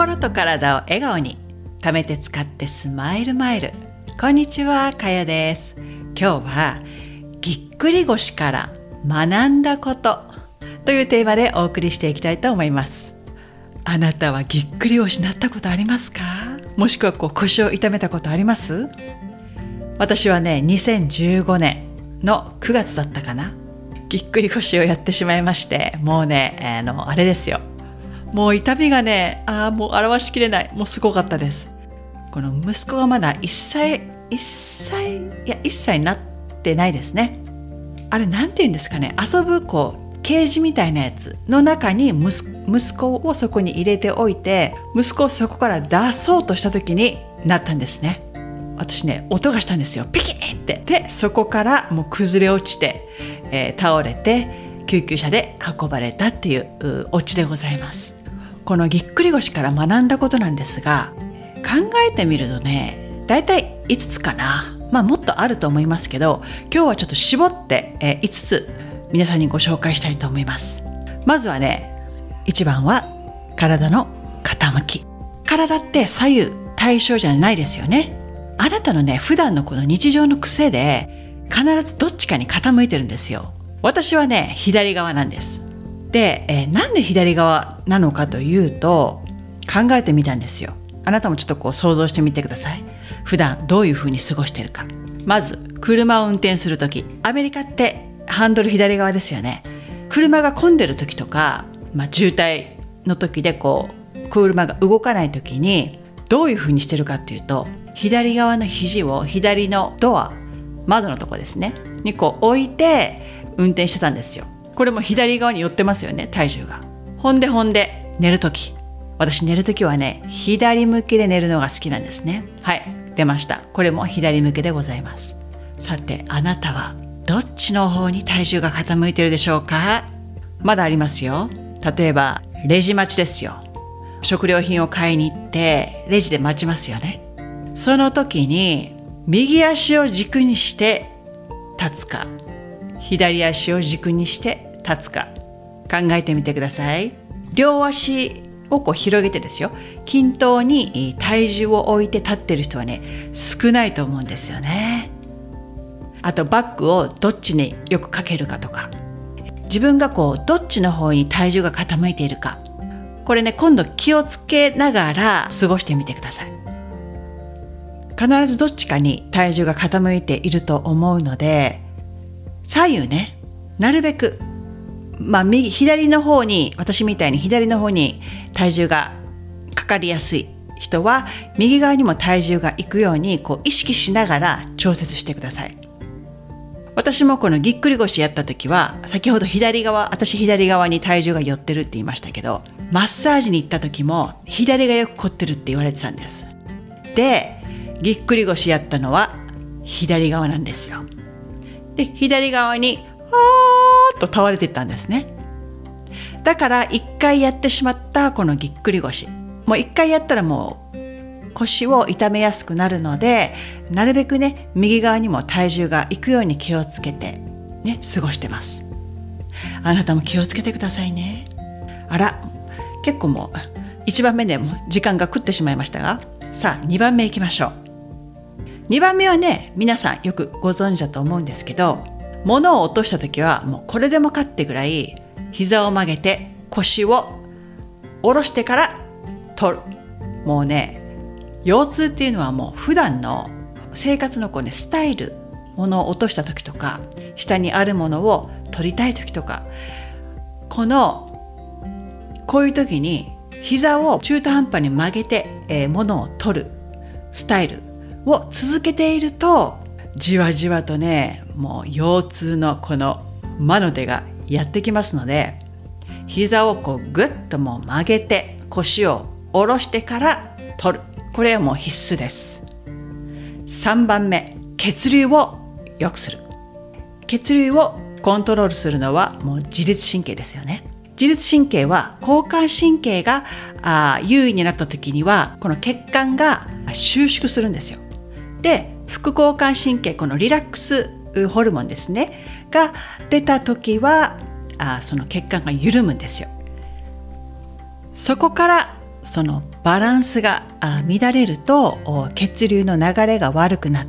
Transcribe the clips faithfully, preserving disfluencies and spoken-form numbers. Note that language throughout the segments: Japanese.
心と体を笑顔に、貯めて使ってスマイルマイル。こんにちは、かよです。今日はぎっくり腰から学んだことというテーマでお送りしていきたいと思います。あなたはぎっくり腰になったことありますか？もしくはこう腰を痛めたことあります？私はね、にせんじゅうごねんのくがつだったかな、ぎっくり腰をやってしまいまして、もうね、あのあれですよ、もう痛みがね、あーもう表しきれない、もうすごかったです。この息子がまだいっさいいっさいいやいっさいになってないですね。あれなんて言うんですかね、遊ぶこうケージみたいなやつの中に 息, 息子をそこに入れておいて、息子をそこから出そうとした時になったんですね。私ね、音がしたんですよ、ピキッって。でそこからもう崩れ落ちて、えー、倒れて救急車で運ばれたっていうオチでございます。このぎっくり腰から学んだことなんですが、考えてみるとね、だいたいいつつかな、まあもっとあると思いますけど、今日はちょっと絞って、えー、いつつ皆さんにご紹介したいと思います。まずはね、いちばんは体の傾き。体って左右対称じゃないですよね。あなたのね、普段のこの日常の癖で必ずどっちかに傾いてるんですよ。私はね、左側なんです。で、えー、なんで左側なのかというと、考えてみたんですよ。あなたもちょっとこう想像してみてください。普段どういう風に過ごしてるか。まず車を運転するとき、アメリカってハンドル左側ですよね。車が混んでる時とか、まあ、渋滞の時でこう車が動かない時にどういう風にしてるかっていうと、左側の肘を左のドア、窓のとこですねにこう置いて運転してたんですよ。これも左側に寄ってますよね、体重が。ほんでほんで寝るとき、私寝るときはね、左向きで寝るのが好きなんですね。はい、出ました。これも左向きでございます。さて、あなたはどっちの方に体重が傾いているでしょうか？まだありますよ。例えばレジ待ちですよ。食料品を買いに行ってレジで待ちますよね。その時に右足を軸にして立つか、左足を軸にして立つか、考えてみてください。両足をこう広げてですよ、均等に体重を置いて立ってる人はね、少ないと思うんですよね。あとバッグをどっちによくかけるかとか、自分がこうどっちの方に体重が傾いているか、これね、今度気をつけながら過ごしてみてください。必ずどっちかに体重が傾いていると思うので、左右ね、なるべく、まあ、右左の方に、私みたいに左の方に体重がかかりやすい人は右側にも体重がいくようにこう意識しながら調節してください。私もこのぎっくり腰やった時は、先ほど左側、私左側に体重が寄ってるって言いましたけど、マッサージに行った時も左がよく凝ってるって言われてたんです。で、ぎっくり腰やったのは左側なんですよ。で、左側にあーっと倒れていったんですね。だから一回やってしまったこのぎっくり腰、もう一回やったらもう腰を痛めやすくなるので、なるべくね、右側にも体重がいくように気をつけてね、過ごしてます。あなたも気をつけてくださいね。あら、結構もういちばんめでも時間が食ってしまいましたが、さあにばんめいきましょう。にばんめはね、皆さんよくご存知だと思うんですけど、物を落とした時はもうこれでもかってぐらい膝を曲げて腰を下ろしてから取る。もうね、腰痛っていうのはもう普段の生活のこう、ね、スタイル、物を落とした時とか、下にあるものを取りたい時とか、このこういう時に膝を中途半端に曲げて、えー、物を取るスタイルを続けていると、じわじわとね、もう腰痛のこの魔の手がやってきますので、膝をこうぐっともう曲げて腰を下ろしてから取る。これはもう必須です。さんばんめ、血流を良くする。血流をコントロールするのはもう自律神経ですよね。自律神経は交感神経があ優位になった時には、この血管が収縮するんですよ。で、副交感神経、このリラックスホルモンですねが出た時は、あその血管が緩むんですよ。そこからそのバランスが乱れると血流の流れが悪くなって、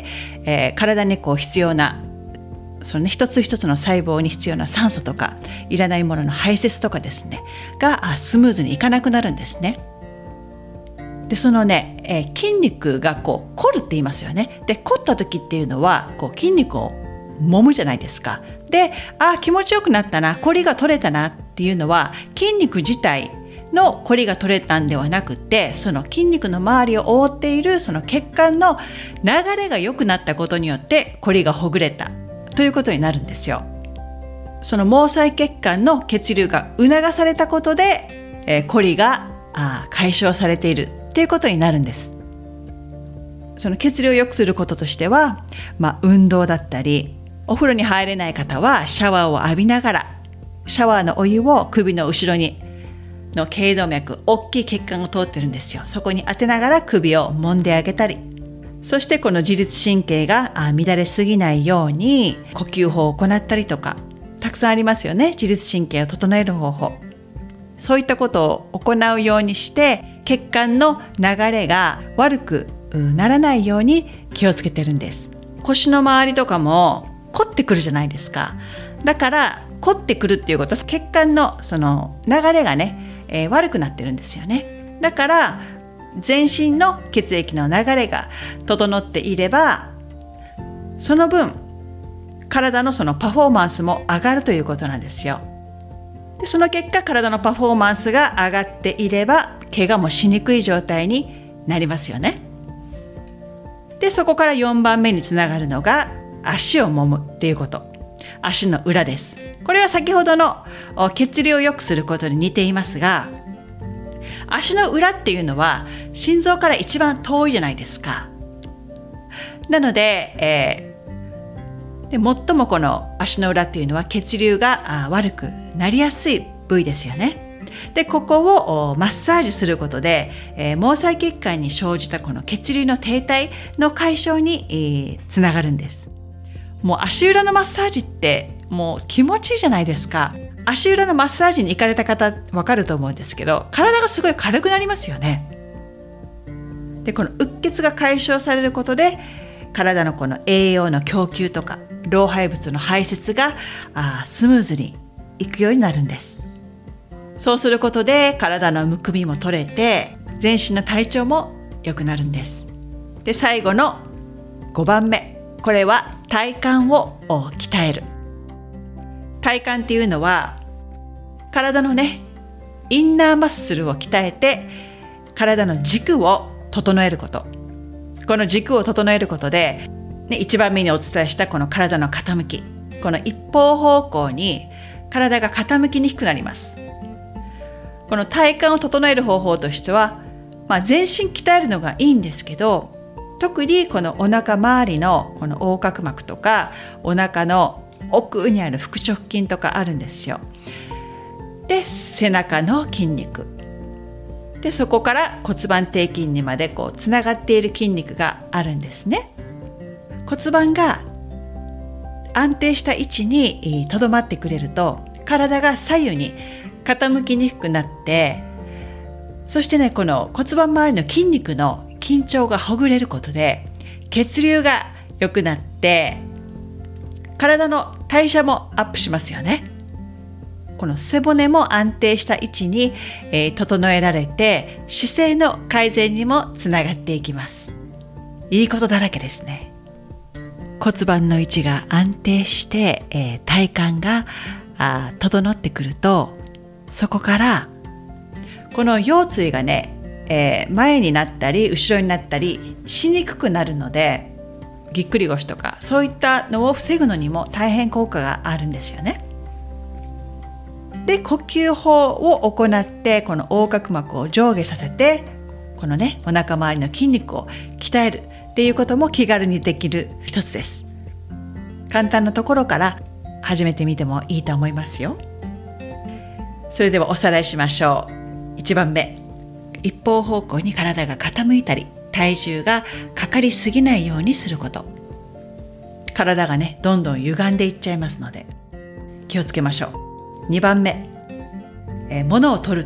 えー、体にこう必要なその、ね、一つ一つの細胞に必要な酸素とかいらないものの排泄とかですねがスムーズにいかなくなるんですね。でそのね、えー、筋肉がこう凝るって言いますよね。で凝った時っていうのはこう筋肉を揉むじゃないですか。で、あ、気持ちよくなったな、凝りが取れたなっていうのは筋肉自体の凝りが取れたんではなくて、その筋肉の周りを覆っているその血管の流れが良くなったことによって凝りがほぐれたということになるんですよ。その毛細血管の血流が促されたことで、えー、凝りがあ解消されているっていうことになるんです。その血流を良くすることとしては、まあ、運動だったり、お風呂に入れない方はシャワーを浴びながら、シャワーのお湯を首の後ろにの頸動脈、大きい血管が通ってるんですよ。そこに当てながら首を揉んであげたり、そしてこの自律神経が乱れすぎないように呼吸法を行ったりとか、たくさんありますよね。自律神経を整える方法。そういったことを行うようにして血管の流れが悪くならないように気をつけてるんです。腰の周りとかも凝ってくるじゃないですか。だから凝ってくるっていうことは血管のその流れがね、えー、悪くなってるんですよね。だから全身の血液の流れが整っていれば、その分体のそのパフォーマンスも上がるということなんですよ。でその結果、体のパフォーマンスが上がっていれば怪我もしにくい状態になりますよね。でそこからよんばんめにつながるのが足を揉むっていうこと。足の裏です。これは先ほどの血流を良くすることに似ていますが、足の裏っていうのは心臓から一番遠いじゃないですか。なので、えー、で最もこの足の裏っていうのは血流が悪くなりやすい部位ですよね。でここをマッサージすることで、えー、毛細血管に生じたこの血流の停滞の解消に、えー、つながるんです。もう足裏のマッサージってもう気持ちいいじゃないですか。足裏のマッサージに行かれた方分かると思うんですけど、体がすごい軽くなりますよね。でこのうっ血が解消されることで体のこの栄養の供給とか老廃物の排泄があスムーズにいくようになるんです。そうすることで体のむくみも取れて全身の体調も良くなるんです。で最後のごばんめ、これは体幹を鍛える。体幹っていうのは体のねインナーマッスルを鍛えて体の軸を整えること。この軸を整えることで、ね、いちばんめにお伝えしたこの体の傾き、この一方方向に体が傾きにくくなります。この体幹を整える方法としては、まあ、全身鍛えるのがいいんですけど、特にこのお腹周りのこの横隔膜とかお腹の奥にある腹直筋とかあるんですよ。で背中の筋肉で、そこから骨盤底筋にまでこうつながっている筋肉があるんですね。骨盤が安定した位置にとどまってくれると体が左右に傾きにくくなって、そしてねこの骨盤周りの筋肉の緊張がほぐれることで血流が良くなって体の代謝もアップしますよね。この背骨も安定した位置に、えー、整えられて姿勢の改善にもつながっていきます。いいことだらけですね。骨盤の位置が安定して、えー、体幹があ整ってくると、そこからこの腰椎がね、えー、前になったり後ろになったりしにくくなるので、ぎっくり腰とかそういったのを防ぐのにも大変効果があるんですよね。で呼吸法を行ってこの横隔膜を上下させて、このねお腹周りの筋肉を鍛えるっていうことも気軽にできる一つです。簡単なところから始めてみてもいいと思いますよ。それではおさらいしましょう。いちばんめ、一方方向に体が傾いたり体重がかかりすぎないようにすること。体がねどんどん歪んでいっちゃいますので気をつけましょう。にばんめ、えー、物を取るとき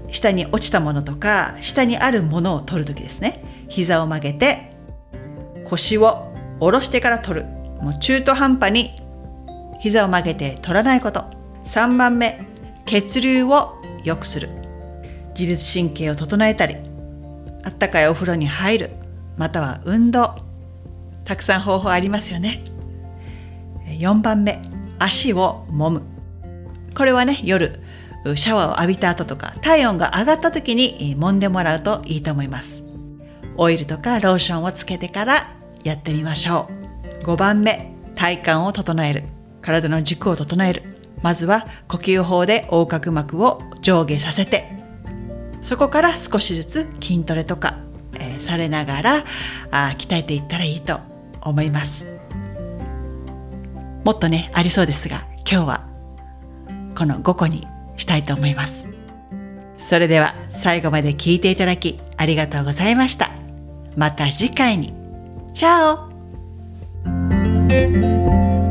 下に落ちたものとか下にあるものを取るときですね。膝を曲げて腰を下ろしてから取る。もう中途半端に膝を曲げて取らないこと。さんばんめ、血流を良くする。自律神経を整えたり、あったかいお風呂に入る、または運動。たくさん方法ありますよね。よんばんめ、足を揉む。これはね、夜シャワーを浴びた後とか体温が上がった時に揉んでもらうといいと思います。オイルとかローションをつけてからやってみましょう。ごばんめ、体幹を整える。体の軸を整える。まずは呼吸法で横隔膜を上下させて、そこから少しずつ筋トレとか、えー、されながらあ鍛えていったらいいと思います。もっとねありそうですが、今日はこのごこにしたいと思います。それでは最後まで聞いていただきありがとうございました。また次回に。チャオ。